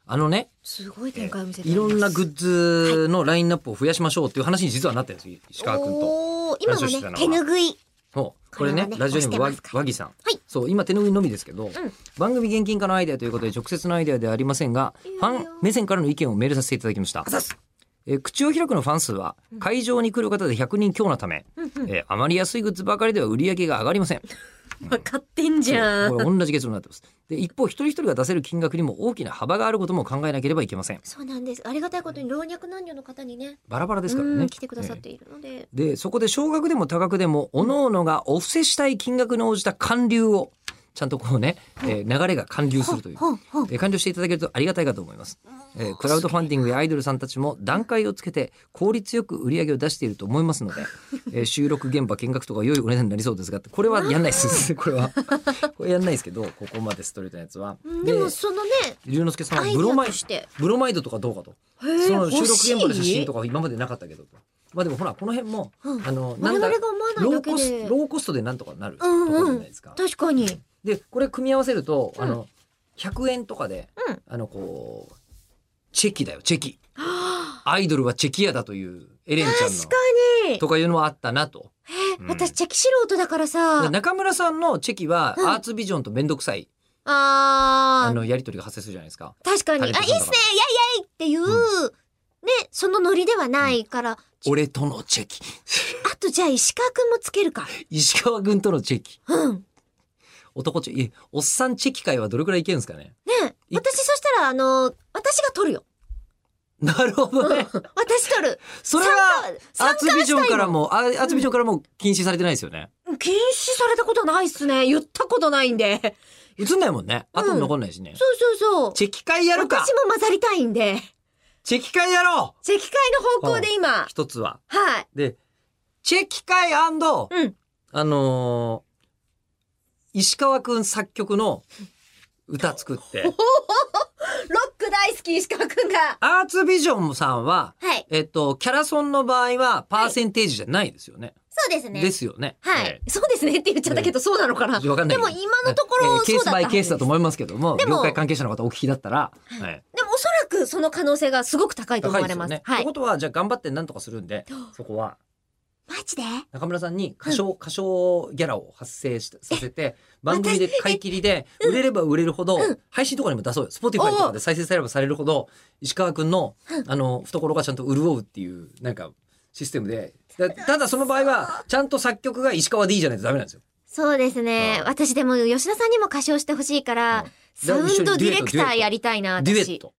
すごい展開を見せていろんなグッズのラインナップを増やしましょうっていう話に実はなってるんですよ、石川君と。 今はね、手ぬぐい。 これね、ラジオネーム和木さん。そう、今手ぬぐいのみですけど、番組現金化のアイデアということで直接のアイデアではありませんが、ファン目線からの意見をメールさせていただきました。口を開くのファン数は会場に来る方で100人強なため、あまり安いグッズばかりでは売り上げが上がりません。 分かってんじゃん。 これ同じ結論になってます。で、一方一人一人が出せる金額にも大きな幅があることも考えなければいけません。 そうなんです。ありがたいことに老若男女の方にね、 バラバラですからね、 来てくださっているので、 でそこで少額でも多額でも各々がお布施したい金額に応じた還流をちゃんとこうね、流れが還流するという、還流していただけるとありがたいかと思います。クラウドファンディングやアイドルさんたちも段階をつけて効率よく売り上げを出していると思いますので、収録現場見学とか良いお値段になりそうですが、これはやんないですこれやんないですけど、ここまでストレートなやつは。 でもそのね、 龍之介さんはブロマイドとかどうかと、その収録現場の写真とか今までなかったけど、まあでもほらこの辺も、なんだローコストでなんとかなるところじゃないですか。 確かに。 でこれ組み合わせると、100円とかで、こうチェキだよ、チェキ。アイドルはチェキ屋だというエレンちゃんの確かにとかいうのはあったなと。 私チェキ素人だからさ。 中村さんのチェキは、アーツビジョンとめんどくさいやり取りが発生するじゃないですか。 確かに。いいっすね、やいやいっていう、ね、そのノリではないから。 俺とのチェキ。 あとじゃあ石川くんもつけるか。 石川くんとのチェキ。男チェキ、おっさんチェキ会はどれくらいいけるんですかね。 ねえ、私そしたら私が取るよ。 なるほどね。 私取る。 それはアーツビジョンからも禁止されてないですよね。 禁止されたことないっすね。言ったことないんで。 映んないもんね。後に残んないしね。 そう。 チェキ会やるか。 私も混ざりたいんで。 チェキ会やろう。 チェキ会の方向で今。 一つは。 はい。 で、チェキ会&石川くん作曲の歌作って。 ロック大好き石川くんが。 アーツビジョンさんは、キャラソンの場合はパーセンテージじゃないですよね。 そうですね。 ですよね。 はい。そうですねって言っちゃったけど、そうなのかな。 わかんない。 でも今のところケースバイケースだと思いますけども、業界関係者の方お聞きだったら。 でもおそらくその可能性がすごく高いと思われます。 ということは、じゃあ頑張って何とかするんで、そこは。 マジで中村さんに歌唱ギャラを発生させて、番組で買い切りで、売れれば売れるほど、配信とかにも出そうよ。Spotify とかで再生されればされるほど、石川くんの、懐がちゃんと潤うっていう、なんか、システムで。ただその場合は、ちゃんと作曲が石川でいいじゃないとダメなんですよ。 そうですね。私でも吉田さんにも歌唱してほしいから、サウンドディレクターやりたいな、私。 デュエット。